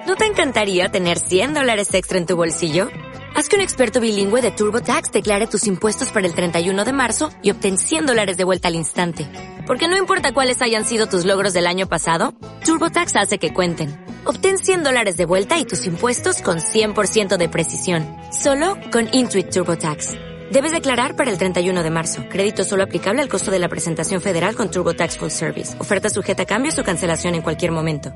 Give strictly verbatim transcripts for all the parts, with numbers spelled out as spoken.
¿No te encantaría tener cien dólares extra en tu bolsillo? Haz que un experto bilingüe de TurboTax declare tus impuestos para el treinta y uno de marzo y obtén cien dólares de vuelta al instante. Porque no importa cuáles hayan sido tus logros del año pasado, TurboTax hace que cuenten. Obtén cien dólares de vuelta y tus impuestos con cien por ciento de precisión. Solo con Intuit TurboTax. Debes declarar para el treinta y uno de marzo. Crédito solo aplicable al costo de la presentación federal con TurboTax Full Service. Oferta sujeta a cambios o cancelación en cualquier momento.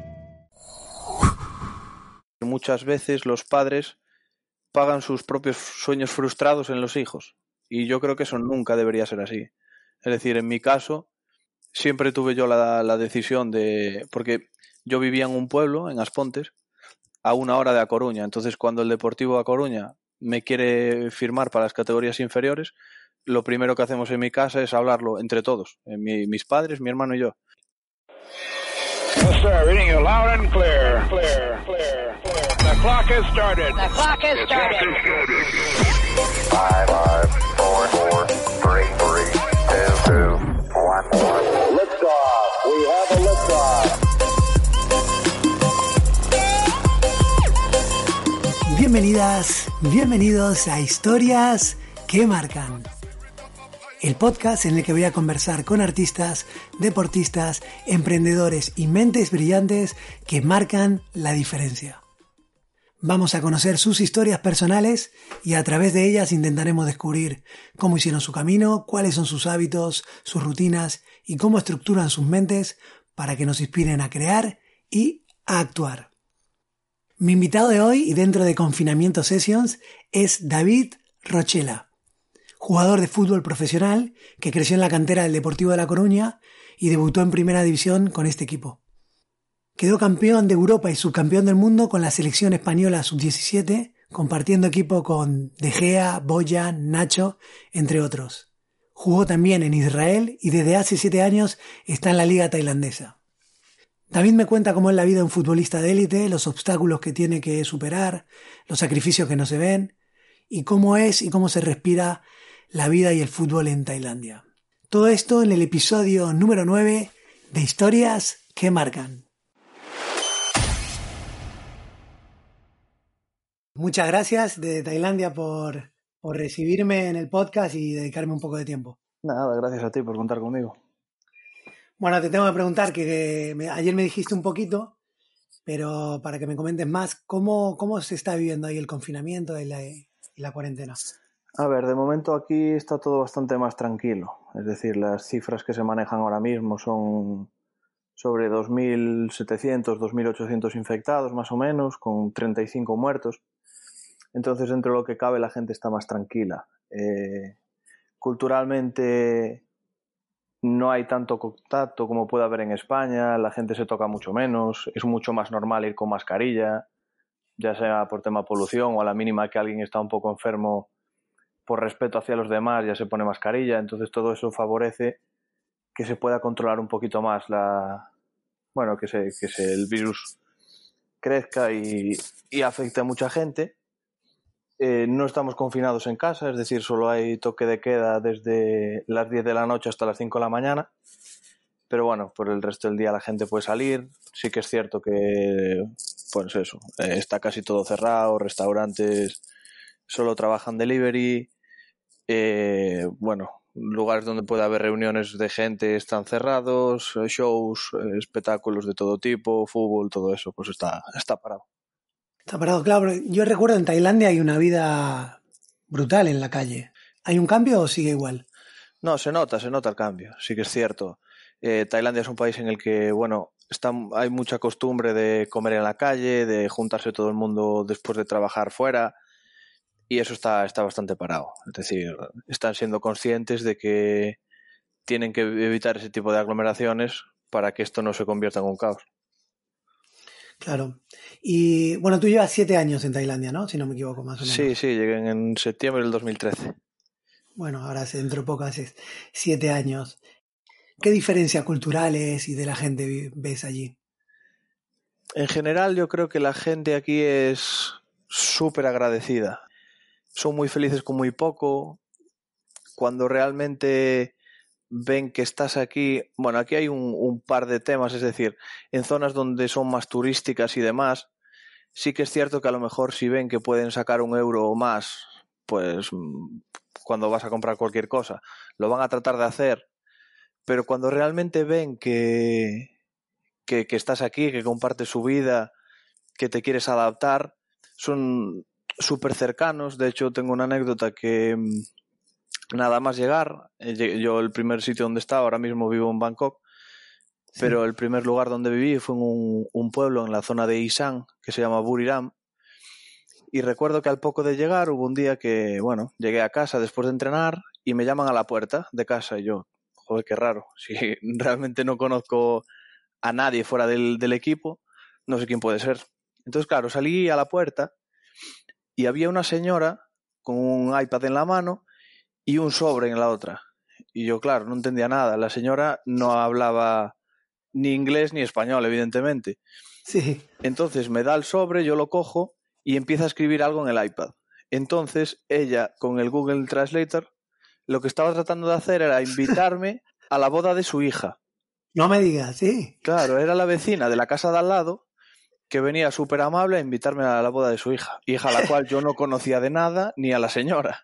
Muchas veces los padres pagan sus propios sueños frustrados en los hijos. Y yo creo que eso nunca debería ser así. Es decir, en mi caso, siempre tuve yo la, la decisión de... Porque yo vivía en un pueblo, en Aspontes, a una hora de A Coruña. Entonces, cuando el Deportivo A Coruña me quiere firmar para las categorías inferiores, lo primero que hacemos en mi casa es hablarlo entre todos. Mi, mis padres, mi hermano y yo. Yes, sir. Reading you loud and clear. Clear, clear, clear. The clock has started. The clock has started. Five, five, four, four, three, three, two, two, one, one. Liftoff. We have a liftoff. Bienvenidas, bienvenidos a Historias que Marcan. El podcast en el que voy a conversar con artistas, deportistas, emprendedores y mentes brillantes que marcan la diferencia. Vamos a conocer sus historias personales y a través de ellas intentaremos descubrir cómo hicieron su camino, cuáles son sus hábitos, sus rutinas y cómo estructuran sus mentes para que nos inspiren a crear y a actuar. Mi invitado de hoy y dentro de Confinamiento Sessions es David Rochela, jugador de fútbol profesional que creció en la cantera del Deportivo de La Coruña y debutó en primera división con este equipo. Quedó campeón de Europa y subcampeón del mundo con la selección española sub diecisiete, compartiendo equipo con De Gea, Boyan, Nacho, entre otros. Jugó también en Israel y desde hace siete años está en la liga tailandesa. David me cuenta cómo es la vida de un futbolista de élite, los obstáculos que tiene que superar, los sacrificios que no se ven y cómo es y cómo se respira la vida y el fútbol en Tailandia. Todo esto en el episodio número nueve de Historias que Marcan. Muchas gracias de Tailandia por, por recibirme en el podcast y dedicarme un poco de tiempo. Nada, gracias a ti por contar conmigo. Bueno, te tengo que preguntar, que, que me, ayer me dijiste un poquito, pero para que me comentes más, ¿cómo, cómo se está viviendo ahí el confinamiento y la, y la cuarentena? A ver, de momento aquí está todo bastante más tranquilo. Es decir, las cifras que se manejan ahora mismo son sobre dos mil setecientos, dos mil ochocientos infectados más o menos, con treinta y cinco muertos. Entonces, dentro de lo que cabe, la gente está más tranquila. Eh, culturalmente no hay tanto contacto como puede haber en España, la gente se toca mucho menos, es mucho más normal ir con mascarilla, ya sea por tema polución o a la mínima que alguien está un poco enfermo, por respeto hacia los demás ya se pone mascarilla. Entonces todo eso favorece que se pueda controlar un poquito más la, bueno, que se, que se, el virus crezca y, y afecte a mucha gente. Eh, no estamos confinados en casa, es decir, solo hay toque de queda desde las diez de la noche hasta las cinco de la mañana, pero bueno, por el resto del día la gente puede salir. Sí que es cierto que, pues eso, eh, está casi todo cerrado, restaurantes solo trabajan delivery, eh, bueno, lugares donde puede haber reuniones de gente están cerrados, shows, espectáculos de todo tipo, fútbol, todo eso, pues está, está parado. Está parado, claro. Yo recuerdo en Tailandia hay una vida brutal en la calle. ¿Hay un cambio o sigue igual? No, se nota, se nota el cambio, sí que es cierto. Eh, Tailandia es un país en el que, bueno, está, hay mucha costumbre de comer en la calle, de juntarse todo el mundo después de trabajar fuera. Y eso está, está bastante parado. Es decir, están siendo conscientes de que tienen que evitar ese tipo de aglomeraciones para que esto no se convierta en un caos. Claro. Y bueno, tú llevas siete años en Tailandia, ¿no? Si no me equivoco, más o menos. Sí, sí, llegué en septiembre del dos mil trece. Bueno, ahora dentro de poco hace siete años. ¿Qué diferencias culturales y de la gente ves allí? En general, yo creo que la gente aquí es súper agradecida. Son muy felices con muy poco. Cuando realmente ven que estás aquí, bueno, aquí hay un, un par de temas, es decir, en zonas donde son más turísticas y demás, Sí que es cierto que a lo mejor si ven que pueden sacar un euro o más, pues cuando vas a comprar cualquier cosa, lo van a tratar de hacer, pero cuando realmente ven que, que, que estás aquí, que compartes su vida, que te quieres adaptar, son súper cercanos. De hecho, tengo una anécdota que nada más llegar, yo el primer sitio donde estaba, ahora mismo vivo en Bangkok, sí. Pero el primer lugar donde viví fue en un, un pueblo en la zona de Isan, que se llama Buriram, y recuerdo que al poco de llegar hubo un día que, bueno, llegué a casa después de entrenar y me llaman a la puerta de casa y yo, joder, qué raro, si realmente no conozco a nadie fuera del, del equipo, no sé quién puede ser. Entonces, claro, salí a la puerta y había una señora con un iPad en la mano y un sobre en la otra. Y yo, claro, no entendía nada. La señora no hablaba ni inglés ni español, evidentemente. Sí. Entonces me da el sobre, yo lo cojo y empieza a escribir algo en el iPad. Entonces ella, con el Google Translator, lo que estaba tratando de hacer era invitarme a la boda de su hija. No me digas, sí. Claro, era la vecina de la casa de al lado que venía súper amable a invitarme a la boda de su hija. Hija a la cual yo no conocía de nada, ni a la señora.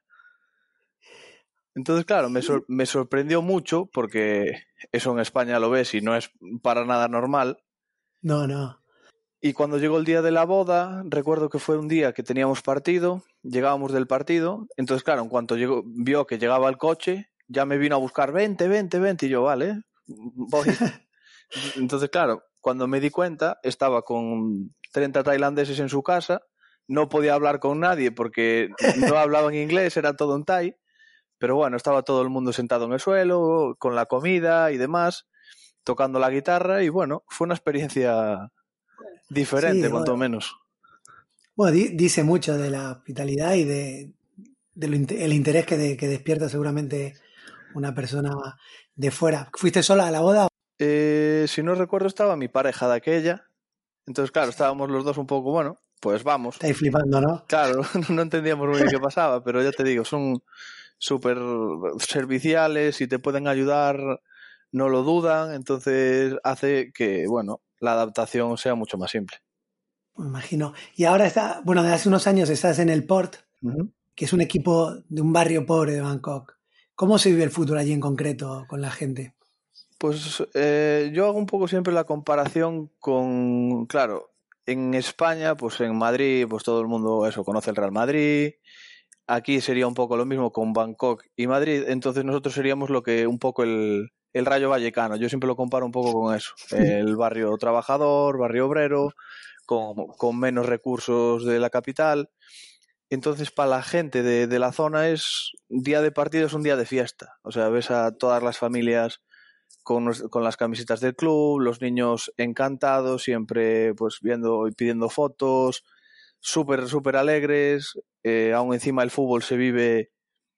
Entonces, claro, me, sor- me sorprendió mucho porque eso en España lo ves y no es para nada normal. No, no. Y cuando llegó el día de la boda, recuerdo que fue un día que teníamos partido, llegábamos del partido, entonces claro, en cuanto llegó, vio que llegaba el coche, ya me vino a buscar, vente, vente, vente, y yo, vale, voy. Entonces claro, cuando me di cuenta, estaba con treinta tailandeses en su casa, no podía hablar con nadie porque no hablaban inglés, era todo en thai, pero bueno, estaba todo el mundo sentado en el suelo, con la comida y demás, tocando la guitarra, y bueno, fue una experiencia diferente, Sí, cuanto bueno, menos. bueno, di- dice mucho de la hospitalidad y de, de lo inte- el interés que, de- que despierta seguramente una persona de fuera. ¿Fuiste sola a la boda? Eh, si no recuerdo, estaba mi pareja de aquella. Entonces, claro, estábamos los dos un poco, bueno, pues vamos. Estáis flipando, ¿no? Claro, no entendíamos muy bien qué pasaba, pero ya te digo, son súper serviciales y te pueden ayudar, no lo dudan, entonces hace que, bueno, la adaptación sea mucho más simple. Me imagino. Y ahora está, bueno, de hace unos años estás en el Port, Uh-huh. que es un equipo de un barrio pobre de Bangkok. ¿Cómo se vive el fútbol allí en concreto con la gente? Pues eh, yo hago un poco siempre la comparación con, claro, en España, pues en Madrid, pues todo el mundo eso conoce el Real Madrid. Aquí sería un poco lo mismo con Bangkok y Madrid. Entonces nosotros seríamos lo que un poco el, el Rayo Vallecano. Yo siempre lo comparo un poco con eso. El barrio trabajador, barrio obrero, con, con menos recursos de la capital. Entonces, para la gente de, de la zona es día de partido, es un día de fiesta. O sea, ves a todas las familias con, con las camisetas del club, los niños encantados, siempre pues viendo y pidiendo fotos, súper, súper alegres. Eh, aún encima el fútbol se vive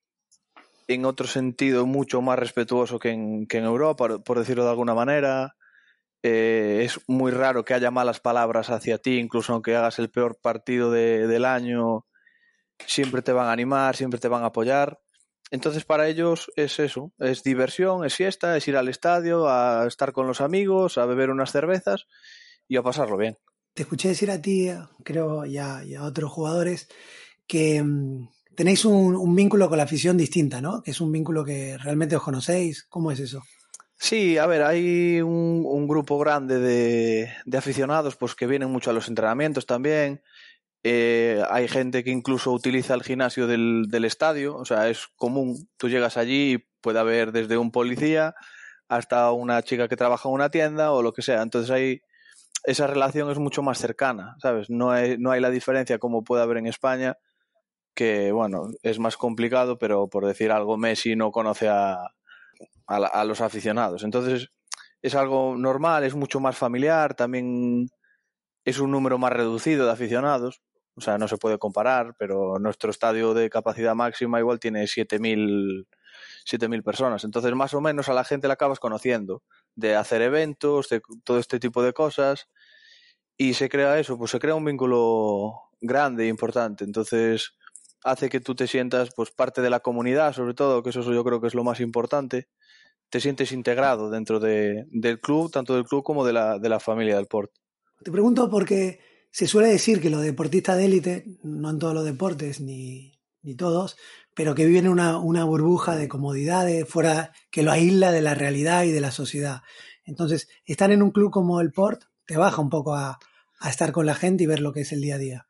en otro sentido mucho más respetuoso que en, que en Europa, por, por decirlo de alguna manera. Eh, es muy raro que haya malas palabras hacia ti, incluso aunque hagas el peor partido de, del año, siempre te van a animar, siempre te van a apoyar. Entonces para ellos es eso, es diversión, es fiesta, es ir al estadio, a estar con los amigos, a beber unas cervezas y a pasarlo bien. Te escuché decir a ti, creo, y a, y a otros jugadores, que mmm, tenéis un, un vínculo con la afición distinta, ¿no? Que es un vínculo que realmente os conocéis. ¿Cómo es eso? Sí, a ver, hay un, un grupo grande de, de aficionados pues que vienen mucho a los entrenamientos también. Eh, hay gente que incluso utiliza el gimnasio del, del estadio, o sea, es común. Tú llegas allí y puede haber desde un policía hasta una chica que trabaja en una tienda o lo que sea. Entonces ahí esa relación es mucho más cercana, ¿sabes? No hay, no hay la diferencia como puede haber en España, que bueno, es más complicado, pero por decir algo, Messi no conoce a, a, la, a los aficionados. Entonces es algo normal, es mucho más familiar, también es un número más reducido de aficionados. O sea, no se puede comparar, pero nuestro estadio de capacidad máxima igual tiene siete mil personas. Entonces, más o menos a la gente la acabas conociendo, de hacer eventos, de todo este tipo de cosas, y se crea eso, pues se crea un vínculo grande e importante. Entonces, hace que tú te sientas pues parte de la comunidad, sobre todo, que eso yo creo que es lo más importante. Te sientes integrado dentro de, del club, tanto del club como de la, de la familia del Port. Te pregunto porque se suele decir que los deportistas de élite, no en todos los deportes ni, ni todos, pero que viven una, una burbuja de comodidades fuera que lo aísla de la realidad y de la sociedad. Entonces, estar en un club como el Port te baja un poco a, a estar con la gente y ver lo que es el día a día.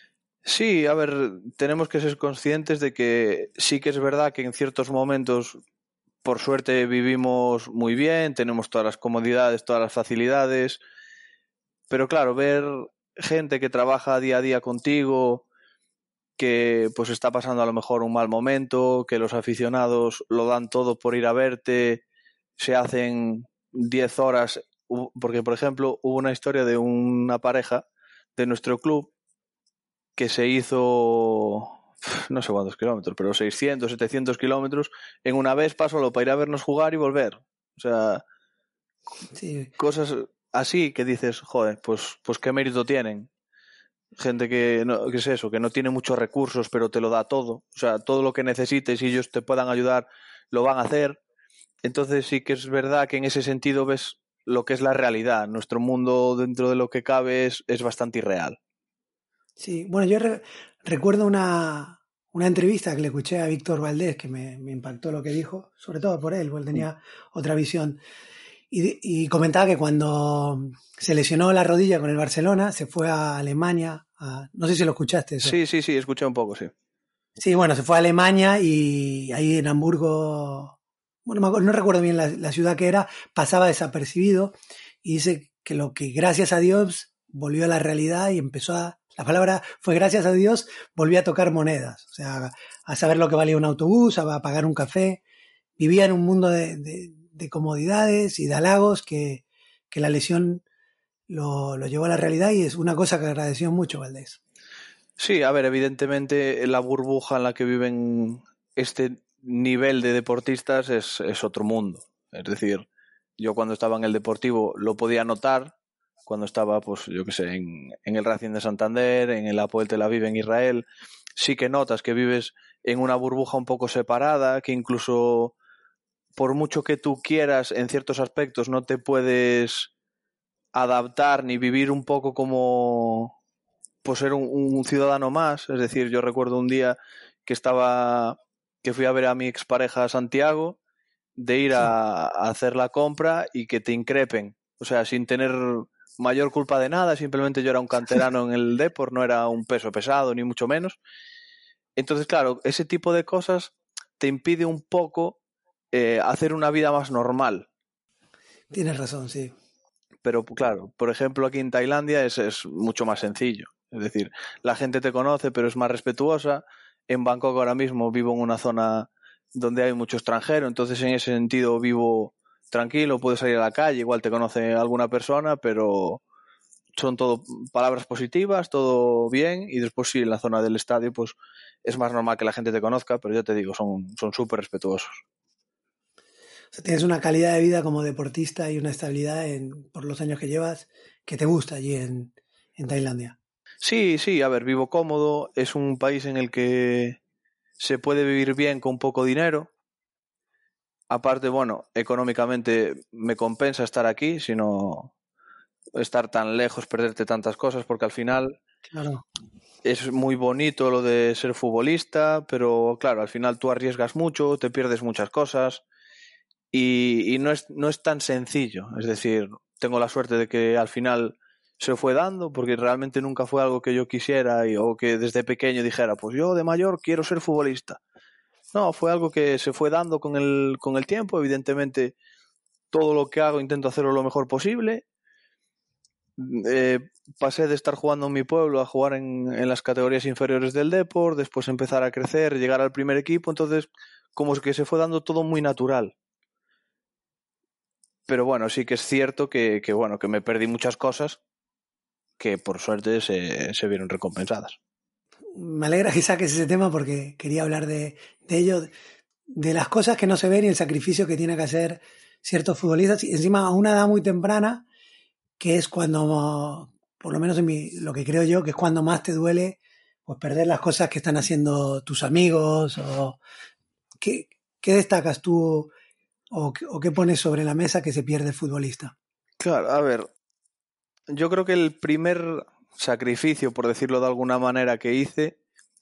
Sí, a ver, tenemos que ser conscientes de que sí que es verdad que en ciertos momentos, por suerte, vivimos muy bien, tenemos todas las comodidades, todas las facilidades, pero claro, ver gente que trabaja día a día contigo, que pues está pasando a lo mejor un mal momento, que los aficionados lo dan todo por ir a verte, se hacen diez horas, porque por ejemplo hubo una historia de una pareja de nuestro club que se hizo no sé cuántos kilómetros, pero seiscientos, setecientos kilómetros en una Vespa solo para ir a vernos jugar y volver. O sea, sí. Cosas así que dices, joder, pues, pues qué mérito tienen. Gente que, no, que es eso, que no tiene muchos recursos, pero te lo da todo. O sea, todo lo que necesites y ellos te puedan ayudar, lo van a hacer. Entonces sí que es verdad que en ese sentido ves lo que es la realidad. Nuestro mundo, dentro de lo que cabe, es, es bastante irreal. Sí, bueno, yo re- recuerdo una, una entrevista que le escuché a Víctor Valdés, que me, me impactó lo que dijo, sobre todo por él, porque él tenía mm. otra visión. Y, y comentaba que cuando se lesionó la rodilla con el Barcelona, se fue a Alemania. A, no sé si lo escuchaste eso. Sí, sí, sí, escuché un poco, sí. Sí, bueno, se fue a Alemania y ahí en Hamburgo, bueno, no recuerdo bien la, la ciudad que era, pasaba desapercibido y dice que lo que gracias a Dios volvió a la realidad y empezó a, la palabra fue gracias a Dios, volvió a tocar monedas, o sea, a saber lo que valía un autobús, a pagar un café. Vivía en un mundo de, de, de comodidades y de halagos que, que la lesión lo, lo llevó a la realidad y es una cosa que agradeció mucho Valdés. Sí, a ver, evidentemente la burbuja en la que viven este nivel de deportistas es, es otro mundo. Es decir, yo cuando estaba en el Deportivo lo podía notar, cuando estaba, pues yo qué sé, en, en el Racing de Santander, en el Hapoel Tel Aviv en Israel, sí que notas que vives en una burbuja un poco separada, que incluso por mucho que tú quieras, en ciertos aspectos no te puedes adaptar ni vivir un poco como pues ser un, un ciudadano más. Es decir, yo recuerdo un día que estaba que fui a ver a mi expareja a Santiago, de ir a, a hacer la compra y que te increpen, o sea, sin tener mayor culpa de nada, simplemente yo era un canterano en el Depor, no era un peso pesado ni mucho menos. Entonces, claro, ese tipo de cosas te impide un poco eh, hacer una vida más normal. Tienes razón, sí. Pero claro, por ejemplo, aquí en Tailandia es, es mucho más sencillo. Es decir, la gente te conoce, pero es más respetuosa. En Bangkok ahora mismo vivo en una zona donde hay mucho extranjero, entonces en ese sentido vivo tranquilo, puedes salir a la calle, igual te conoce alguna persona, pero son todo palabras positivas, todo bien, y después sí, en la zona del estadio pues es más normal que la gente te conozca, pero ya te digo, son son súper respetuosos. O sea, tienes una calidad de vida como deportista y una estabilidad en, por los años que llevas que te gusta allí en, en Tailandia. Sí, sí, a ver, vivo cómodo, es un país en el que se puede vivir bien con poco dinero. Aparte, bueno, económicamente me compensa estar aquí, sino estar tan lejos, perderte tantas cosas, porque al final claro. Es muy bonito lo de ser futbolista, pero claro, al final tú arriesgas mucho, te pierdes muchas cosas y, y no es, no es tan sencillo. Es decir, tengo la suerte de que al final se fue dando, porque realmente nunca fue algo que yo quisiera y, o que desde pequeño dijera, pues yo de mayor quiero ser futbolista. No, fue algo que se fue dando con el, con el tiempo. Evidentemente, todo lo que hago intento hacerlo lo mejor posible. Eh, pasé de estar jugando en mi pueblo a jugar en, en las categorías inferiores del Depor, después empezar a crecer, llegar al primer equipo, entonces como es que se fue dando todo muy natural. Pero bueno, sí que es cierto que, que bueno, que me perdí muchas cosas que por suerte se, se vieron recompensadas. Me alegra que saques ese tema porque quería hablar de, de ello, de las cosas que no se ven y el sacrificio que tiene que hacer ciertos futbolistas, y encima a una edad muy temprana, que es cuando, por lo menos en mi, lo que creo yo, que es cuando más te duele pues perder las cosas que están haciendo tus amigos. O ¿qué, qué destacas tú o, o qué pones sobre la mesa que se pierde el futbolista? Claro, a ver, yo creo que el primer sacrificio, por decirlo de alguna manera, que hice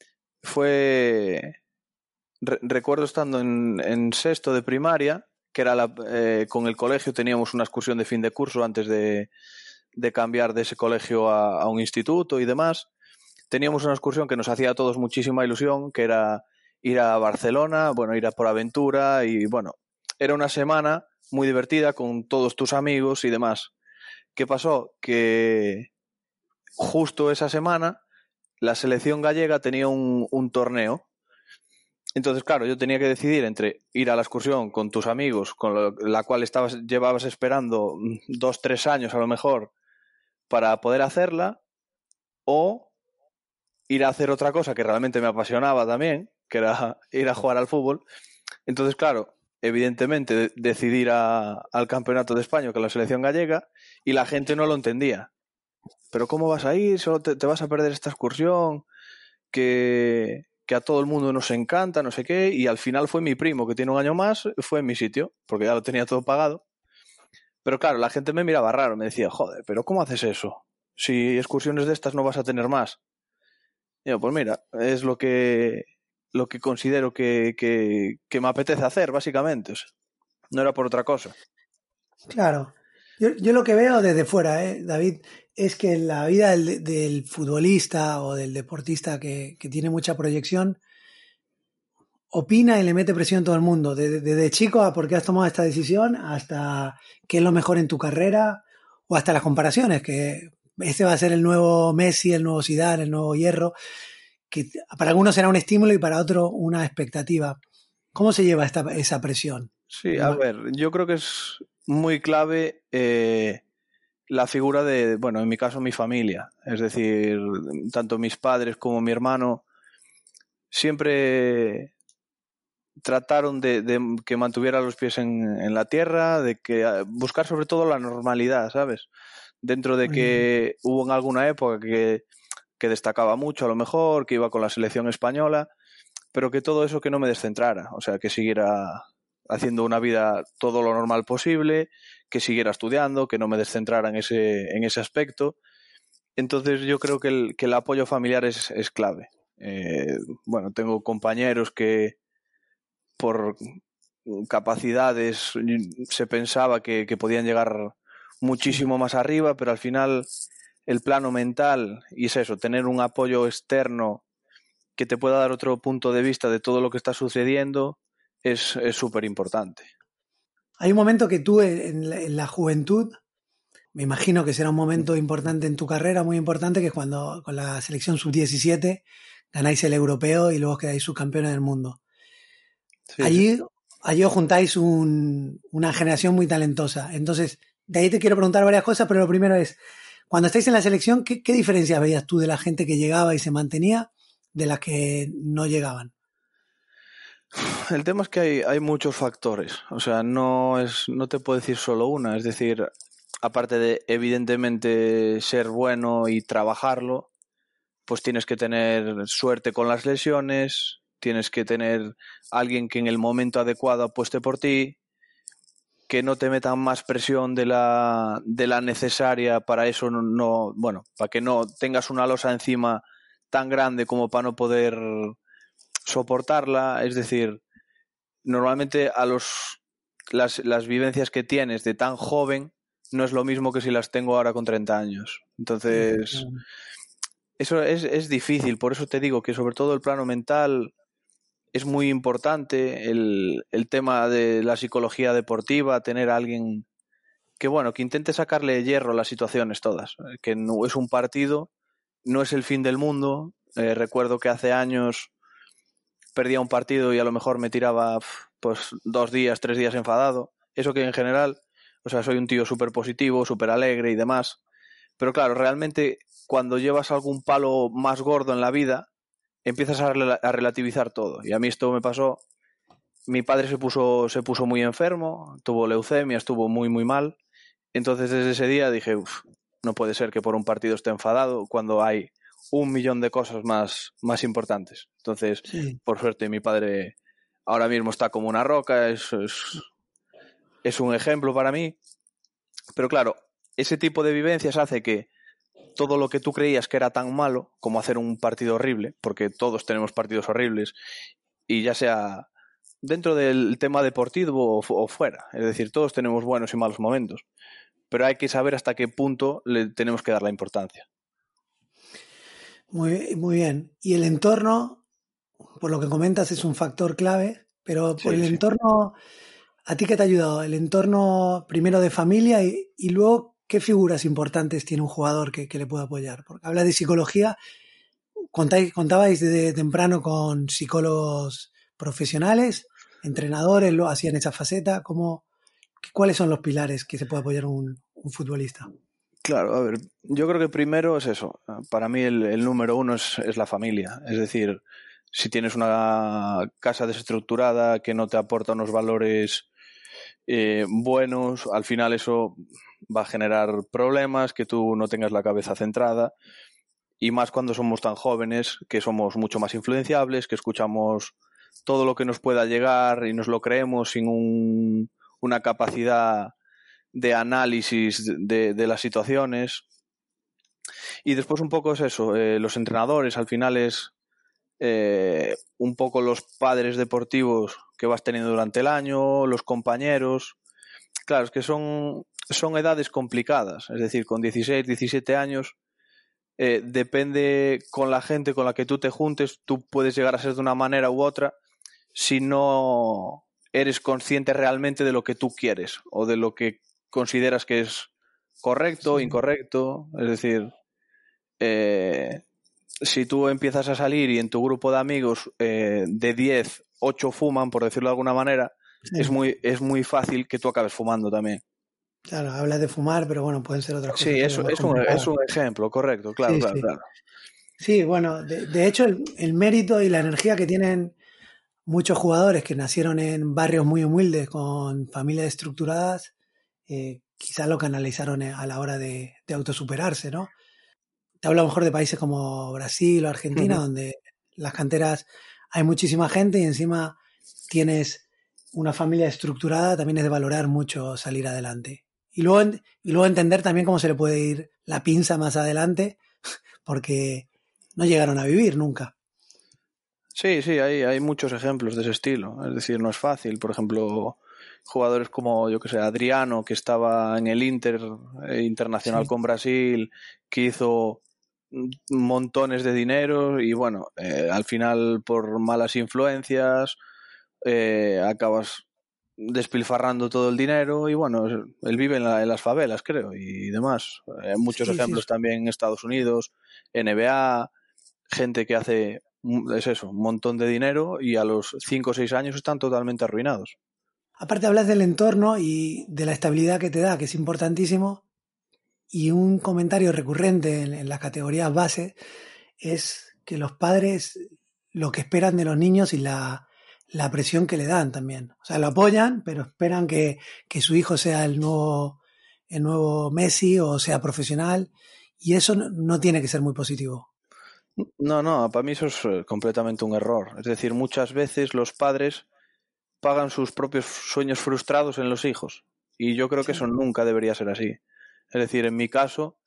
fue... Re- recuerdo estando en, en sexto de primaria, que era la, eh, con el colegio teníamos una excursión de fin de curso antes de, de cambiar de ese colegio a, a un instituto y demás. Teníamos una excursión que nos hacía a todos muchísima ilusión, que era ir a Barcelona, bueno, ir a por aventura y bueno, era una semana muy divertida con todos tus amigos y demás. ¿Qué pasó? Que justo esa semana la selección gallega tenía un, un torneo. Entonces, claro, yo tenía que decidir entre ir a la excursión con tus amigos, con lo, la cual estabas, llevabas esperando dos, tres años a lo mejor para poder hacerla, o ir a hacer otra cosa que realmente me apasionaba también, que era ir a jugar al fútbol. Entonces, claro, evidentemente de- decidí ir a- al Campeonato de España con la selección gallega y la gente no lo entendía. Pero ¿cómo vas a ir? Solo te, te vas a perder esta excursión que, que a todo el mundo nos encanta, no sé qué. Y al final fue mi primo, que tiene un año más, fue en mi sitio, porque ya lo tenía todo pagado. Pero claro, la gente me miraba raro, me decía, joder, pero ¿cómo haces eso? Si excursiones de estas no vas a tener más. Y yo, pues mira, es lo que, lo que considero que, que, que me apetece hacer, básicamente. O sea, no era por otra cosa. Claro. Yo, yo lo que veo desde fuera, ¿eh, David, es que la vida del, del futbolista o del deportista que, que tiene mucha proyección opina y le mete presión a todo el mundo, desde, desde chico a por qué has tomado esta decisión hasta qué es lo mejor en tu carrera o hasta las comparaciones, que este va a ser el nuevo Messi, el nuevo Zidane, el nuevo Hierro, que para algunos será un estímulo y para otros una expectativa. ¿Cómo se lleva esta, esa presión? Sí, a ver, yo creo que es muy clave eh, la figura de, bueno, en mi caso mi familia. Es decir, tanto mis padres como mi hermano siempre trataron de, de que mantuviera los pies en, en la tierra, de que buscar sobre todo la normalidad, ¿sabes? Dentro de Muy bien. que hubo en alguna época que, que destacaba mucho a lo mejor, que iba con la selección española, pero que todo eso que no me descentrara, o sea, que siguiera haciendo una vida todo lo normal posible, que siguiera estudiando, que no me descentrara en ese, en ese aspecto. Entonces yo creo que el, que el apoyo familiar es, es clave. Eh, bueno, tengo compañeros que por capacidades se pensaba que, que podían llegar muchísimo más arriba, pero al final el plano mental, y es eso, tener un apoyo externo que te pueda dar otro punto de vista de todo lo que está sucediendo, es súper importante. Hay un momento que tú en la, en la juventud, me imagino que será un momento importante en tu carrera, muy importante, que es cuando con la selección sub diecisiete ganáis el europeo y luego quedáis subcampeones del mundo. Sí, allí, sí. allí os juntáis un, una generación muy talentosa. Entonces, de ahí te quiero preguntar varias cosas, pero lo primero es, cuando estáis en la selección, ¿qué, qué diferencias veías tú de la gente que llegaba y se mantenía de las que no llegaban? El tema es que hay, hay muchos factores, o sea, no es, no te puedo decir solo una, es decir, aparte de evidentemente ser bueno y trabajarlo, pues tienes que tener suerte con las lesiones, tienes que tener alguien que en el momento adecuado apueste por ti, que no te metan más presión de la, de la necesaria para eso, no, no, bueno, para que no tengas una losa encima tan grande como para no poder soportarla. Es decir, normalmente a los las, las vivencias que tienes de tan joven no es lo mismo que si las tengo ahora con treinta años. Entonces, eso es, es difícil. Por eso te digo que sobre todo el plano mental es muy importante, el, el tema de la psicología deportiva, tener a alguien que, bueno, que intente sacarle hierro a las situaciones todas, que no es un partido, no es el fin del mundo. Eh, recuerdo que hace años perdía un partido y a lo mejor me tiraba pues dos días, tres días enfadado. Eso que en general, o sea, soy un tío súper positivo, súper alegre y demás. Pero claro, realmente cuando llevas algún palo más gordo en la vida, empiezas a, rel- a relativizar todo. Y a mí esto me pasó. Mi padre se puso, se puso muy enfermo, tuvo leucemia, estuvo muy, muy mal. Entonces desde ese día dije, uff, no puede ser que por un partido esté enfadado cuando hay un millón de cosas más, más importantes. Entonces, Sí. por suerte, mi padre ahora mismo está como una roca, es, es, es un ejemplo para mí. Pero claro, ese tipo de vivencias hace que todo lo que tú creías que era tan malo como hacer un partido horrible, porque todos tenemos partidos horribles, y ya sea dentro del tema deportivo o, o fuera, es decir, todos tenemos buenos y malos momentos, pero hay que saber hasta qué punto le tenemos que dar la importancia. Muy, muy bien. Y el entorno, por lo que comentas, es un factor clave, pero por Sí, el sí. entorno, ¿a ti qué te ha ayudado? El entorno primero de familia y, y luego, ¿qué figuras importantes tiene un jugador que, que le pueda apoyar? Porque habla de psicología, contáis, contabais desde temprano con psicólogos profesionales, entrenadores, lo hacían esa faceta, ¿cómo, ¿cuáles son los pilares que se puede apoyar un, un futbolista? Claro, a ver, yo creo que primero es eso. Para mí el, el número uno es, es la familia. Es decir, si tienes una casa desestructurada que no te aporta unos valores eh, buenos, al final eso va a generar problemas, que tú no tengas la cabeza centrada. Y más cuando somos tan jóvenes, que somos mucho más influenciables, que escuchamos todo lo que nos pueda llegar y nos lo creemos sin un, una capacidad de análisis de, de las situaciones. Y después un poco es eso, eh, los entrenadores al final es eh, un poco los padres deportivos que vas teniendo durante el año, los compañeros. Claro, es que son, son edades complicadas, es decir, con dieciséis, diecisiete años, eh, depende con la gente con la que tú te juntes, tú puedes llegar a ser de una manera u otra si no eres consciente realmente de lo que tú quieres o de lo que consideras que es correcto o Sí. incorrecto. Es decir, eh, si tú empiezas a salir y en tu grupo de amigos eh, de diez, ocho fuman, por decirlo de alguna manera, Sí. es muy, es muy fácil que tú acabes fumando también. Claro, hablas de fumar, pero bueno, pueden ser otras cosas Sí, todavía eso más es un, complicadas. es un ejemplo, correcto, claro, Sí, claro, sí. claro. Sí, bueno, de, de hecho el, el mérito y la energía que tienen muchos jugadores que nacieron en barrios muy humildes, con familias estructuradas, eh, quizás lo canalizaron a la hora de, de autosuperarse, ¿no? Te hablo a lo mejor de países como Brasil o Argentina, Uh-huh. donde las canteras hay muchísima gente y encima tienes una familia estructurada, también es de valorar mucho salir adelante. Y luego, y luego entender también cómo se le puede ir la pinza más adelante, porque no llegaron a vivir nunca. Sí, sí, hay, hay muchos ejemplos de ese estilo. Es decir, no es fácil. Por ejemplo, jugadores como, yo que sé, Adriano, que estaba en el Inter eh, internacional Sí. con Brasil, que hizo montones de dinero y bueno, eh, al final por malas influencias eh, acabas despilfarrando todo el dinero y bueno, él vive en, la, en las favelas, creo, y demás. Hay muchos Sí, sí. ejemplos también en Estados Unidos, N B A, gente que hace, es eso, un montón de dinero y a los cinco o seis años están totalmente arruinados. Aparte hablas del entorno y de la estabilidad que te da, que es importantísimo. Y un comentario recurrente en, en las categorías base es que los padres lo que esperan de los niños y la, la presión que le dan también. O sea, lo apoyan, pero esperan que, que su hijo sea el nuevo, el nuevo Messi o sea profesional. Y eso no, no tiene que ser muy positivo. No, no, para mí eso es completamente un error. Es decir, muchas veces los padres pagan sus propios sueños frustrados en los hijos. Y yo creo que eso nunca debería ser así. Es decir, en mi caso,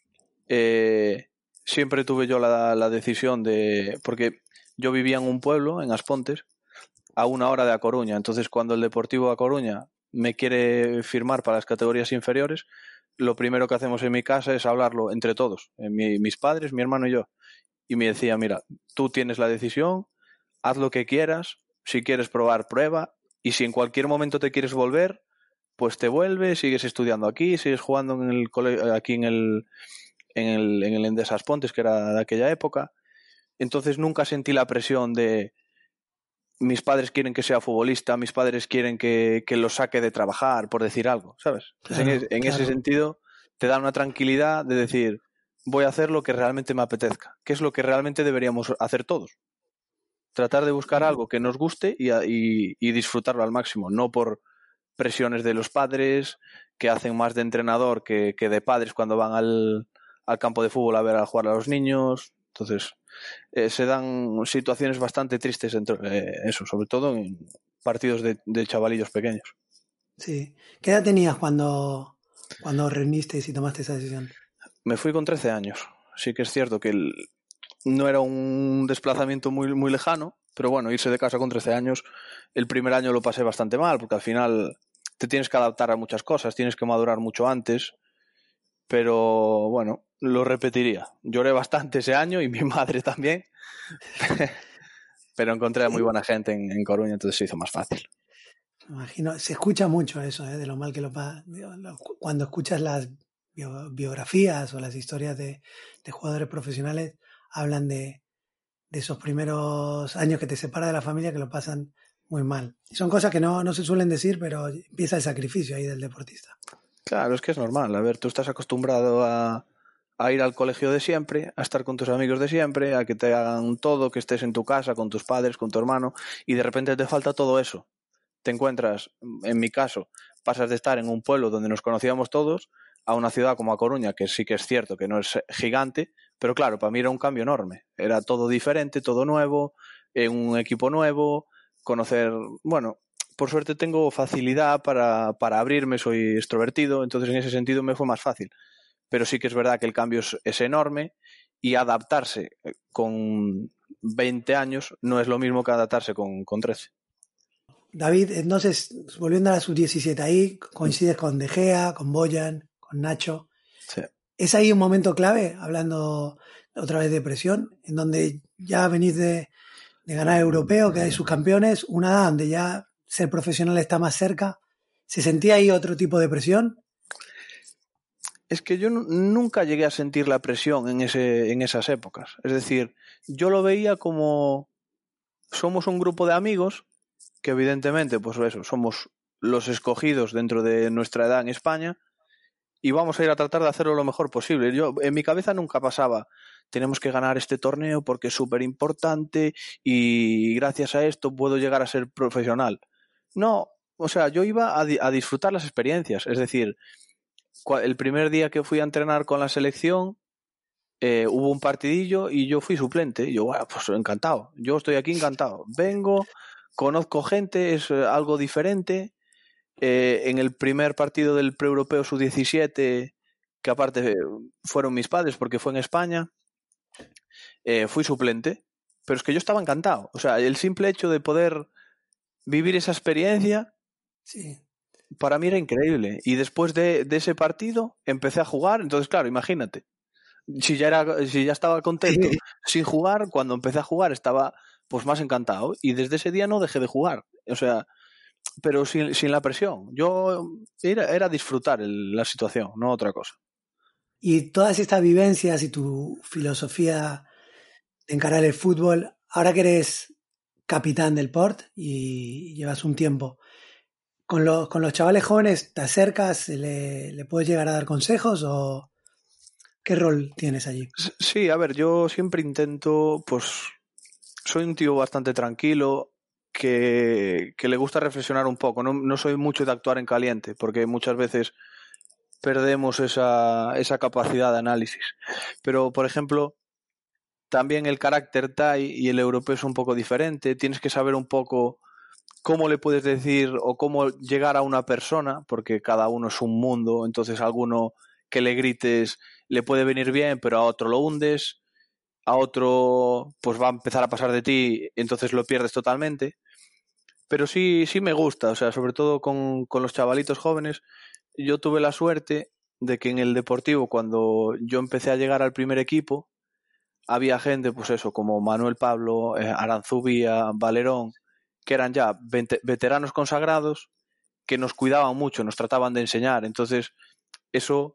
eh, siempre tuve yo la, la decisión de... Porque yo vivía en un pueblo, en Aspontes, a una hora de A Coruña. Entonces, cuando el Deportivo A Coruña me quiere firmar para las categorías inferiores, lo primero que hacemos en mi casa es hablarlo entre todos, mi, mis padres, mi hermano y yo. Y me decía, mira, tú tienes la decisión, haz lo que quieras, si quieres probar, prueba, y si en cualquier momento te quieres volver, pues te vuelves, sigues estudiando aquí, sigues jugando en el cole, aquí en el, en el, en el Endesa Aspontes, que era de aquella época. Entonces nunca sentí la presión de mis padres quieren que sea futbolista, mis padres quieren que, que lo saque de trabajar, por decir algo, ¿sabes? Claro, en, en claro. ese sentido te da una tranquilidad de decir, voy a hacer lo que realmente me apetezca, que es lo que realmente deberíamos hacer todos. Tratar de buscar algo que nos guste y, y, y disfrutarlo al máximo, no por presiones de los padres que hacen más de entrenador que, que de padres cuando van al, al campo de fútbol a ver a jugar a los niños. Entonces eh, se dan situaciones bastante tristes dentro, eh, eso, sobre todo en partidos de, de chavalillos pequeños. Sí. ¿Qué edad tenías cuando, cuando reuniste y tomaste esa decisión? Me fui con trece años. Sí que es cierto que el, no era un desplazamiento muy, muy lejano, pero bueno, irse de casa con trece años, el primer año lo pasé bastante mal, porque al final te tienes que adaptar a muchas cosas, tienes que madurar mucho antes, pero bueno, lo repetiría. Lloré bastante ese año y mi madre también, pero encontré a muy buena gente en, en Coruña, entonces se hizo más fácil. Me imagino, se escucha mucho eso, ¿eh? De lo mal que lo pasa. Cuando escuchas las bio, biografías o las historias de, de jugadores profesionales, hablan de, de esos primeros años que te separa de la familia que lo pasan muy mal. Y son cosas que no, no se suelen decir, pero empieza el sacrificio ahí del deportista. Claro, es que es normal. A ver, tú estás acostumbrado a, a ir al colegio de siempre, a estar con tus amigos de siempre, a que te hagan todo, que estés en tu casa, con tus padres, con tu hermano, y de repente te falta todo eso. Te encuentras, en mi caso, pasas de estar en un pueblo donde nos conocíamos todos a una ciudad como A Coruña, que sí que es cierto que no es gigante, pero claro, para mí era un cambio enorme. Era todo diferente, todo nuevo, en un equipo nuevo, conocer... Bueno, por suerte tengo facilidad para, para abrirme, soy extrovertido, entonces en ese sentido me fue más fácil. Pero sí que es verdad que el cambio es, es enorme y adaptarse con veinte años no es lo mismo que adaptarse con, con trece. David, entonces, volviendo a la sub diecisiete, ahí coincides con De Gea, con Boyan, con Nacho. Sí. ¿Es ahí un momento clave, hablando otra vez de presión, en donde ya venís de, de ganar europeo, que hay subcampeones, una edad donde ya ser profesional está más cerca? ¿Se sentía ahí otro tipo de presión? Es que yo n- nunca llegué a sentir la presión en, ese, en esas épocas. Es decir, yo lo veía como somos un grupo de amigos que evidentemente, pues eso, somos los escogidos dentro de nuestra edad en España y vamos a ir a tratar de hacerlo lo mejor posible. Yo, en mi cabeza nunca pasaba, tenemos que ganar este torneo porque es súper importante y gracias a esto puedo llegar a ser profesional. No, o sea, yo iba a, di- a disfrutar las experiencias. Es decir, cua- el primer día que fui a entrenar con la selección, eh, hubo un partidillo y yo fui suplente. Y yo, bueno, pues encantado. Yo estoy aquí encantado. Vengo, conozco gente, es eh, algo diferente. Eh, en el primer partido del pre-europeo sub diecisiete, que aparte eh, fueron mis padres porque fue en España, eh, fui suplente. Pero es que yo estaba encantado. O sea, el simple hecho de poder vivir esa experiencia Sí. para mí era increíble. Y después de, de ese partido empecé a jugar. Entonces, claro, imagínate. Si ya era, si ya estaba contento sin jugar, cuando empecé a jugar estaba pues más encantado y desde ese día no dejé de jugar, o sea, pero sin, sin la presión. Yo era, era disfrutar el, la situación, no otra cosa. Y todas estas vivencias y tu filosofía de encarar el fútbol, ahora que eres capitán del Port y llevas un tiempo, ¿con los, con los chavales jóvenes te acercas, le, le puedes llegar a dar consejos o qué rol tienes allí? Sí, a ver, yo siempre intento, pues soy un tío bastante tranquilo que, que le gusta reflexionar un poco, no, no soy mucho de actuar en caliente porque muchas veces perdemos esa, esa capacidad de análisis. Pero, por ejemplo, también el carácter Thai y el europeo es un poco diferente. Tienes que saber un poco cómo le puedes decir o cómo llegar a una persona, porque cada uno es un mundo, entonces a alguno que le grites le puede venir bien, pero a otro lo hundes, a otro pues va a empezar a pasar de ti, entonces lo pierdes totalmente. Pero sí, sí me gusta, o sea, sobre todo con, con los chavalitos jóvenes. Yo tuve la suerte de que en el Deportivo, cuando yo empecé a llegar al primer equipo, había gente, pues eso, como Manuel Pablo, eh, Aranzubía, Valerón, que eran ya vente- veteranos consagrados, que nos cuidaban mucho, nos trataban de enseñar. Entonces, eso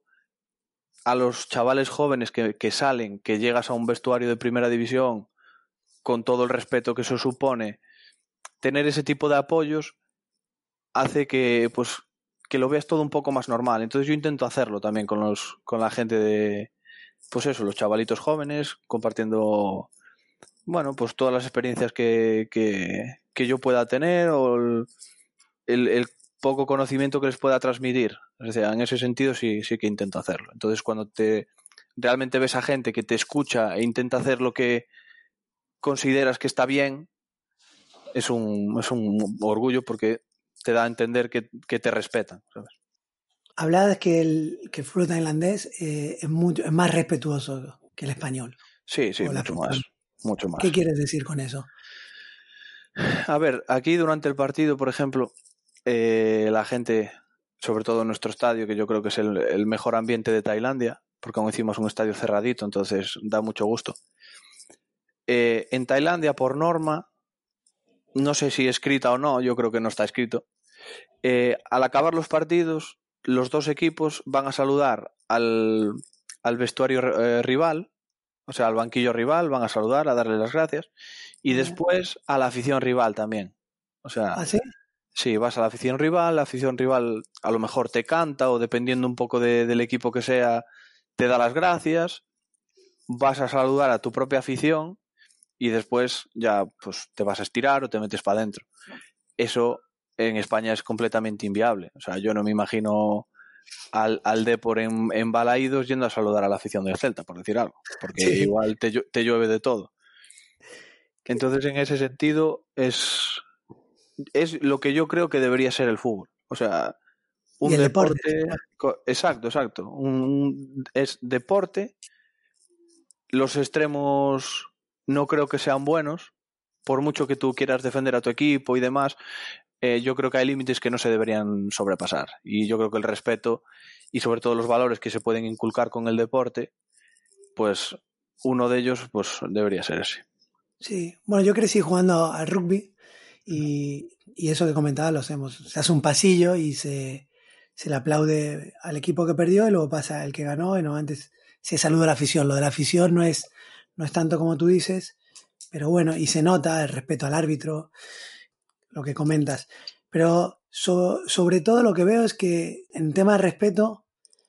a los chavales jóvenes que, que salen, que llegas a un vestuario de primera división, con todo el respeto que eso supone, tener ese tipo de apoyos hace que, pues, que lo veas todo un poco más normal. Entonces yo intento hacerlo también con los, con la gente de, pues eso, los chavalitos jóvenes, compartiendo, bueno, pues todas las experiencias que, que, que yo pueda tener o el, el, el poco conocimiento que les pueda transmitir. O sea, en ese sentido sí, sí que intento hacerlo. Entonces cuando te realmente ves a gente que te escucha e intenta hacer lo que consideras que está bien, es un, es un orgullo porque te da a entender que, que te respetan, ¿sabes? hablabas que el, que el fútbol tailandés eh, es, mucho, es más respetuoso que el español. Sí, sí, o la mucho afición. más, mucho más. ¿Qué quieres decir con eso? A ver, aquí durante el partido, por ejemplo, eh, la gente, sobre todo en nuestro estadio, que yo creo que es el, el mejor ambiente de Tailandia, porque como hicimos un estadio cerradito, entonces da mucho gusto. Eh, en Tailandia, por norma, no sé si escrita o no, yo creo que no está escrito, eh, al acabar los partidos, los dos equipos van a saludar al, al vestuario eh, rival, o sea, al banquillo rival, van a saludar, a darle las gracias, y después a la afición rival también. O sea, ¿Ah, sí? sí, vas a la afición rival, la afición rival a lo mejor te canta o dependiendo un poco de, del equipo que sea, te da las gracias, vas a saludar a tu propia afición y después ya pues te vas a estirar o te metes para adentro. Eso en España es completamente inviable. O sea, yo no me imagino al, al Depor en, en Balaídos yendo a saludar a la afición del Celta, por decir algo, porque Sí. igual te, te llueve de todo. Entonces, en ese sentido, es, es lo que yo creo que debería ser el fútbol. O sea, un Y el deporte... deporte. co- Exacto, exacto. Un, es deporte. Los extremos no creo que sean buenos, por mucho que tú quieras defender a tu equipo y demás. Eh, yo creo que hay límites que no se deberían sobrepasar. Y yo creo que el respeto y sobre todo los valores que se pueden inculcar con el deporte, pues uno de ellos pues debería ser ese. Sí, bueno, yo crecí jugando al rugby y, y eso que comentaba lo hacemos. Se hace un pasillo y se, se le aplaude al equipo que perdió y luego pasa el que ganó y no, antes se saluda a la afición. Lo de la afición no es, no es tanto como tú dices, pero bueno, y se nota el respeto al árbitro, lo que comentas. Pero so, sobre todo lo que veo es que en tema de respeto,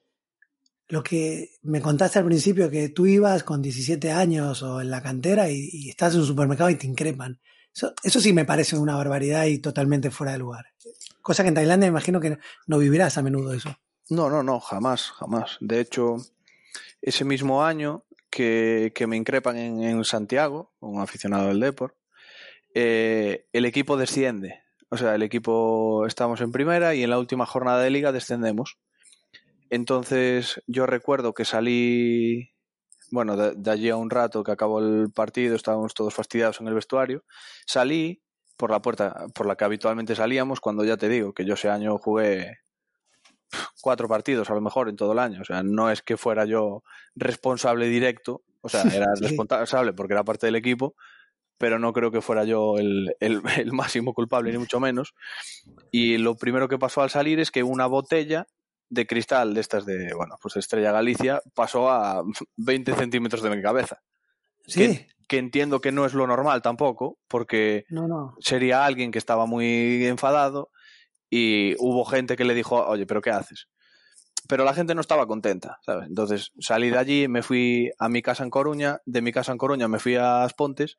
lo que me contaste al principio, que tú ibas con diecisiete años o en la cantera y, y estás en un supermercado y te increpan. Eso, eso sí me parece una barbaridad y totalmente fuera de lugar. Cosa que en Tailandia me imagino que no vivirás a menudo eso. No, no, no, jamás, jamás. De hecho, ese mismo año que, que me increpan en, en Santiago, un aficionado del Depor, eh, el equipo desciende. O sea, el equipo estamos en primera y en la última jornada de liga descendemos. Entonces yo recuerdo que salí, bueno, de, de allí a un rato que acabó el partido, estábamos todos fastidiados en el vestuario, salí por la puerta por la que habitualmente salíamos, cuando ya te digo que yo ese año jugué cuatro partidos a lo mejor en todo el año, o sea, no es que fuera yo responsable directo, o sea, era Sí. responsable porque era parte del equipo, pero no creo que fuera yo el, el, el máximo culpable, ni mucho menos. Y lo primero que pasó al salir es que una botella de cristal de estas de, bueno, pues Estrella Galicia pasó a veinte centímetros de mi cabeza. ¿Sí? Que, que entiendo que no es lo normal tampoco, porque No, no. sería alguien que estaba muy enfadado y hubo gente que le dijo, oye, ¿pero qué haces? Pero la gente no estaba contenta, ¿sabes? Entonces salí de allí, me fui a mi casa en Coruña, de mi casa en Coruña me fui a As Pontes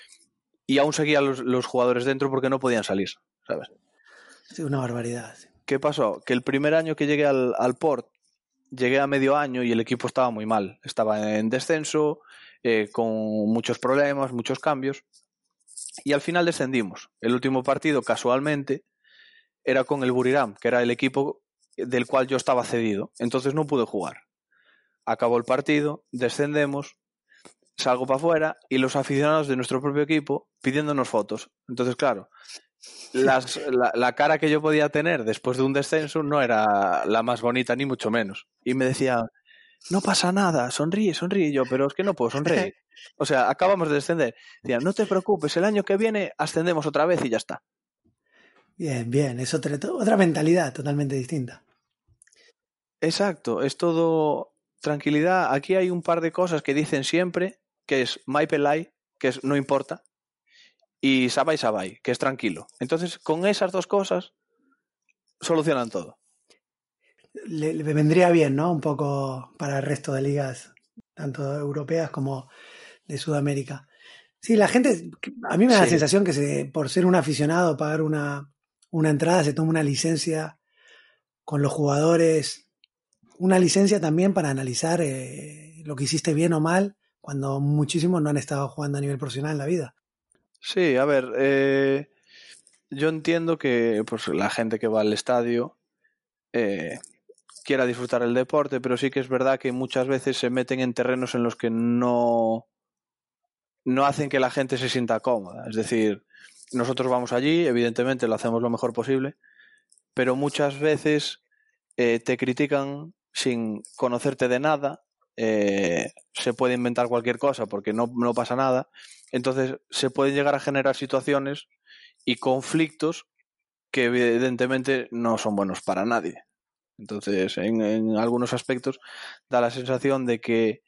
y aún seguía los, los jugadores dentro porque no podían salir, ¿sabes? Sí, una barbaridad. Sí. ¿Qué pasó? Que el primer año que llegué al, al Port, llegué a medio año y el equipo estaba muy mal. Estaba en descenso, eh, con muchos problemas, muchos cambios. Y al final descendimos. El último partido, casualmente, era con el Buriram, que era el equipo del cual yo estaba cedido. Entonces no pude jugar. Acabó el partido, descendemos, salgo para afuera y los aficionados de nuestro propio equipo pidiéndonos fotos. Entonces, claro, las, la, la cara que yo podía tener después de un descenso no era la más bonita ni mucho menos. Y me decía, no pasa nada, sonríe, sonríe. Y yo, pero es que no puedo sonreír. O sea, acabamos de descender. Decía, no te preocupes, el año que viene ascendemos otra vez y ya está. Bien, bien, es otra, otra mentalidad totalmente distinta. Exacto, es todo tranquilidad. Aquí hay un par de cosas que dicen siempre, que es mai pelai, que es no importa, y sabai sabai, que es tranquilo. Entonces, con esas dos cosas solucionan todo. Le, le vendría bien, ¿no? Un poco para el resto de ligas, tanto europeas como de Sudamérica. Sí, la gente, a mí me da Sí. la sensación que se, por ser un aficionado, pagar una, una entrada, se toma una licencia con los jugadores, una licencia también para analizar eh, lo que hiciste bien o mal, cuando muchísimos no han estado jugando a nivel profesional en la vida. Sí, a ver, eh, yo entiendo que pues la gente que va al estadio, eh, quiera disfrutar el deporte, pero sí que es verdad que muchas veces se meten en terrenos en los que no, no hacen que la gente se sienta cómoda. Es decir, nosotros vamos allí, evidentemente lo hacemos lo mejor posible, pero muchas veces eh, te critican sin conocerte de nada, eh, se puede inventar cualquier cosa porque no, no pasa nada, entonces se pueden llegar a generar situaciones y conflictos que evidentemente no son buenos para nadie. Entonces, en, en algunos aspectos da la sensación de que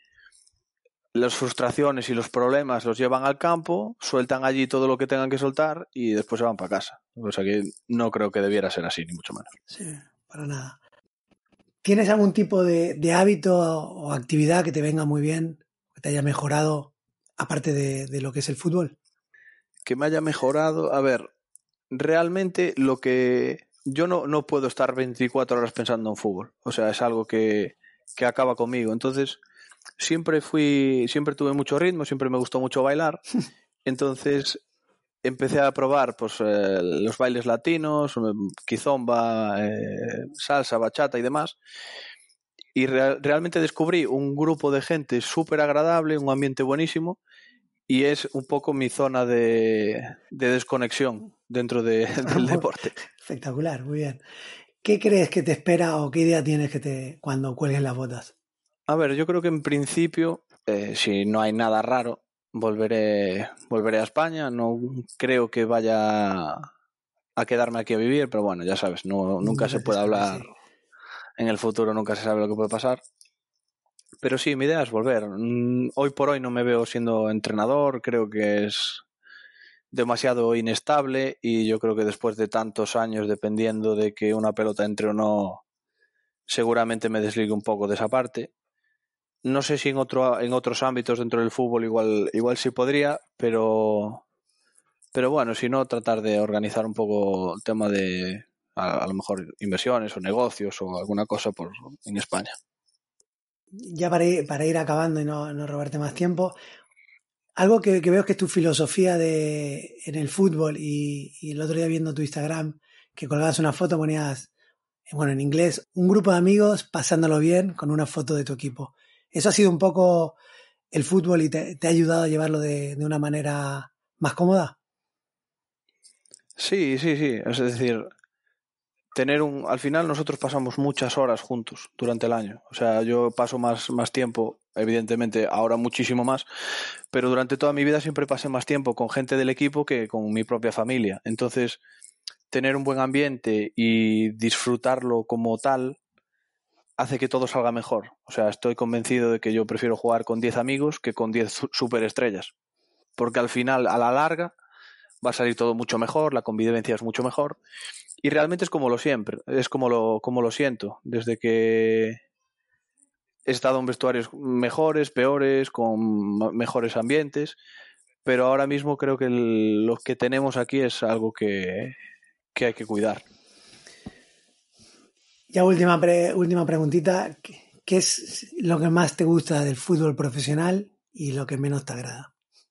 las frustraciones y los problemas los llevan al campo, sueltan allí todo lo que tengan que soltar y después se van para casa. O sea que no creo que debiera ser así, ni mucho menos. Sí, para nada. ¿Tienes algún tipo de, de hábito o actividad que te venga muy bien, que te haya mejorado, aparte de, de lo que es el fútbol? Que me haya mejorado, a ver, realmente lo que... Yo no, no puedo estar veinticuatro horas pensando en fútbol. O sea, es algo que, que acaba conmigo. Entonces, siempre fui, siempre tuve mucho ritmo, siempre me gustó mucho bailar. Entonces, empecé a probar pues eh, los bailes latinos, kizomba, eh, salsa, bachata y demás. Y re- realmente descubrí un grupo de gente súper agradable, un ambiente buenísimo. Y es un poco mi zona de, de desconexión dentro de, del deporte. Espectacular, muy bien. ¿Qué crees que te espera o qué idea tienes que te cuando cuelgues las botas? A ver, yo creo que en principio, eh, si no hay nada raro, volveré, volveré a España. No creo que vaya a quedarme aquí a vivir, pero bueno, ya sabes, no, nunca se puede hablar en el futuro, nunca se sabe lo que puede pasar. Pero sí, mi idea es volver. Hoy por hoy no me veo siendo entrenador, creo que es demasiado inestable y yo creo que después de tantos años dependiendo de que una pelota entre o no, seguramente me desligue un poco de esa parte. No sé si en otro en otros ámbitos dentro del fútbol igual igual sí podría, pero pero bueno, si no, tratar de organizar un poco el tema de a, a lo mejor inversiones o negocios o alguna cosa por en España. Ya para ir, para ir acabando y no, no robarte más tiempo, algo que, que veo que es tu filosofía de, en el fútbol y, y el otro día viendo tu Instagram, que colgabas una foto, ponías, bueno, en inglés, un grupo de amigos pasándolo bien con una foto de tu equipo. ¿Eso ha sido un poco el fútbol y te, te ha ayudado a llevarlo de, de una manera más cómoda? Sí, sí, sí. Es decir, tener un... Al final nosotros pasamos muchas horas juntos durante el año. O sea, yo paso más, más tiempo, evidentemente ahora muchísimo más, pero durante toda mi vida siempre pasé más tiempo con gente del equipo que con mi propia familia. Entonces, tener un buen ambiente y disfrutarlo como tal hace que todo salga mejor. O sea, estoy convencido de que yo prefiero jugar con diez amigos que con diez superestrellas. Porque al final, a la larga, va a salir todo mucho mejor, la convivencia es mucho mejor. Y realmente es como lo siempre, es como lo, como lo siento. Desde que he estado en vestuarios mejores, peores, con mejores ambientes, pero ahora mismo creo que el, lo que tenemos aquí es algo que, que hay que cuidar. Ya última, pre, última preguntita, ¿qué, ¿qué es lo que más te gusta del fútbol profesional y lo que menos te agrada?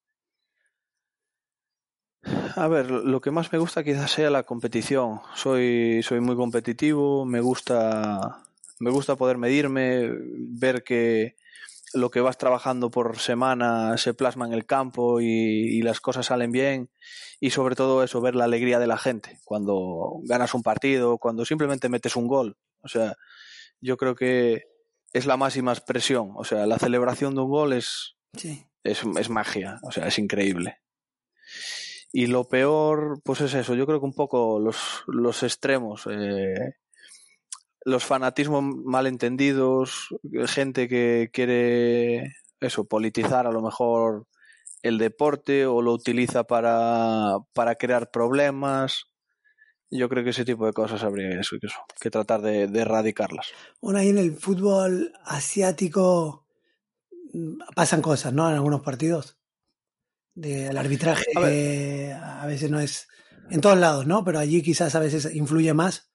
A ver, lo que más me gusta quizás sea la competición. Soy, soy muy competitivo, me gusta, me gusta poder medirme, ver que lo que vas trabajando por semana se plasma en el campo y, y las cosas salen bien, y sobre todo eso, ver la alegría de la gente cuando ganas un partido, cuando simplemente metes un gol. O sea, yo creo que es la máxima expresión. O sea, la celebración de un gol es, Sí. es, es magia, o sea, es increíble. Y lo peor, pues es eso, yo creo que un poco los, los extremos, eh, los fanatismos malentendidos, gente que quiere eso, politizar a lo mejor el deporte o lo utiliza para, para crear problemas. Yo creo que ese tipo de cosas habría eso, que, eso, que tratar de, de erradicarlas. Bueno, ahí en el fútbol asiático pasan cosas, ¿no? En algunos partidos. De, el arbitraje A ver, eh, a veces no es en todos lados, ¿no? Pero allí quizás a veces influye más.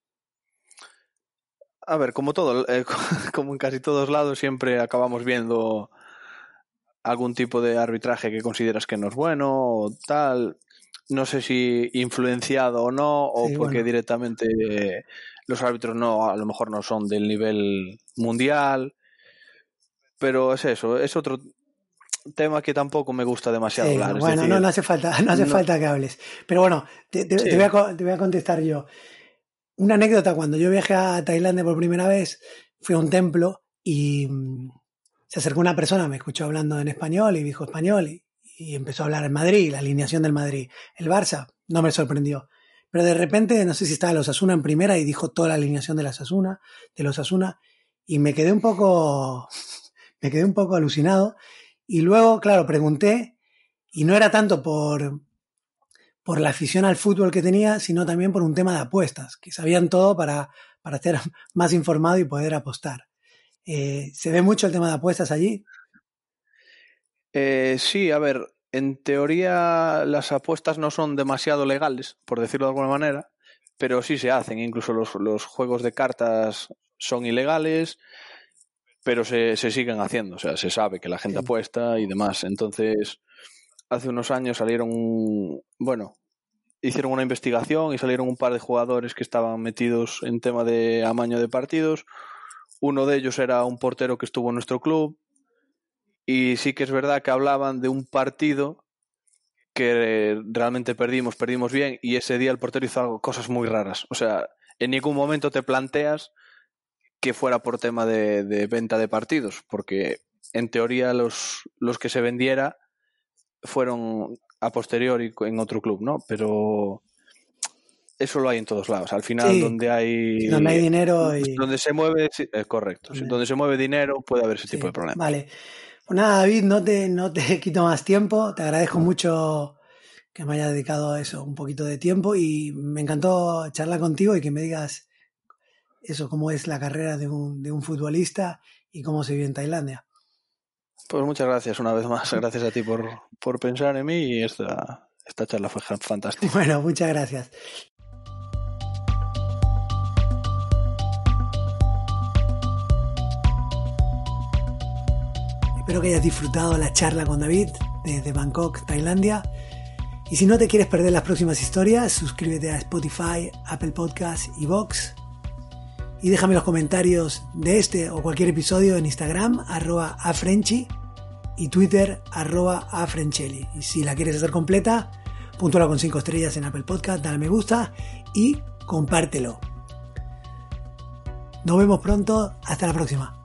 A ver, como todo, eh, como en casi todos lados, siempre acabamos viendo algún tipo de arbitraje que consideras que no es bueno o tal. No sé si influenciado o no, o Sí, porque bueno. directamente los árbitros no, a lo mejor no son del nivel mundial, pero es eso, es otro tema que tampoco me gusta demasiado sí, hablar. Es bueno, decir, no, no hace falta, no hace no, falta que hables. Pero bueno, te, te, sí. te, voy a, te voy a contestar yo. Una anécdota, cuando yo viajé a Tailandia por primera vez, fui a un templo y mmm, se acercó una persona, me escuchó hablando en español y dijo español y, y empezó a hablar en Madrid, la alineación del Madrid. El Barça no me sorprendió. Pero de repente, no sé si estaba los Osasuna en primera y dijo toda la alineación de los Osasuna, de los Osasuna, y me quedé un poco, me quedé un poco alucinado. Y luego, claro, pregunté, y no era tanto por, por la afición al fútbol que tenía, sino también por un tema de apuestas, que sabían todo para, para estar más informado y poder apostar. Eh, ¿Se ve mucho el tema de apuestas allí? Eh, sí, a ver, en teoría las apuestas no son demasiado legales, por decirlo de alguna manera, pero sí se hacen. Incluso los, los juegos de cartas son ilegales, pero se, se siguen haciendo. O sea, se sabe que la gente sí. apuesta y demás. Entonces, hace unos años salieron, bueno, hicieron una investigación y salieron un par de jugadores que estaban metidos en tema de amaño de partidos. Uno de ellos era un portero que estuvo en nuestro club. Y sí que es verdad que hablaban de un partido que realmente perdimos, perdimos bien, y ese día el portero hizo cosas muy raras. O sea, en ningún momento te planteas que fuera por tema de, de venta de partidos, porque en teoría los, los que se vendiera fueron a posteriori en otro club, ¿no? Pero eso lo hay en todos lados. Al final, sí, donde hay donde hay dinero y... donde se mueve, sí, es correcto. Sí, donde se mueve dinero puede haber ese sí, tipo de problemas. Vale. Pues nada, David, no te, no te quito más tiempo. Te agradezco mucho que me hayas dedicado a eso un poquito de tiempo y me encantó charlar contigo y que me digas eso, cómo es la carrera de un, de un futbolista y cómo se vive en Tailandia. Pues muchas gracias una vez más. Gracias a ti por, por pensar en mí y esta, esta charla fue fantástica. Bueno, muchas gracias. Espero que hayas disfrutado la charla con David desde Bangkok, Tailandia. Y si no te quieres perder las próximas historias, suscríbete a Spotify, Apple Podcasts y Vox. Y déjame los comentarios de este o cualquier episodio en Instagram, arroba afrenchi, y Twitter, arroba afrenchelli. Y si la quieres hacer completa, puntúala con cinco estrellas en Apple Podcast, dale me gusta y compártelo. Nos vemos pronto. Hasta la próxima.